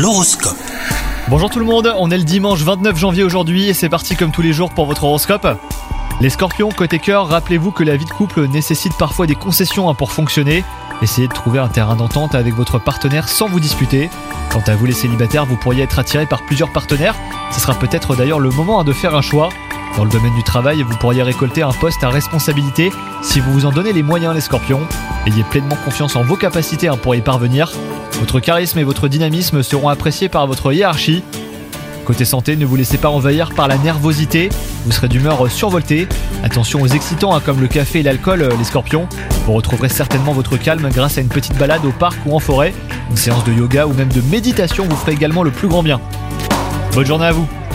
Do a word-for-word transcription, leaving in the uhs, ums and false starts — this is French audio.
L'horoscope. Bonjour tout le monde, on est le dimanche vingt-neuf janvier aujourd'hui et c'est parti comme tous les jours pour votre horoscope. Les scorpions, côté cœur, rappelez-vous que la vie de couple nécessite parfois des concessions pour fonctionner. Essayez de trouver un terrain d'entente avec votre partenaire sans vous disputer. Quant à vous les célibataires, vous pourriez être attirés par plusieurs partenaires. Ce sera peut-être d'ailleurs le moment de faire un choix. Dans le domaine du travail, vous pourriez récolter un poste à responsabilité si vous vous en donnez les moyens les scorpions. Ayez pleinement confiance en vos capacités pour y parvenir. Votre charisme et votre dynamisme seront appréciés par votre hiérarchie. Côté santé, ne vous laissez pas envahir par la nervosité, vous serez d'humeur survoltée. Attention aux excitants comme le café et l'alcool les scorpions. Vous retrouverez certainement votre calme grâce à une petite balade au parc ou en forêt. Une séance de yoga ou même de méditation vous ferait également le plus grand bien. Bonne journée à vous.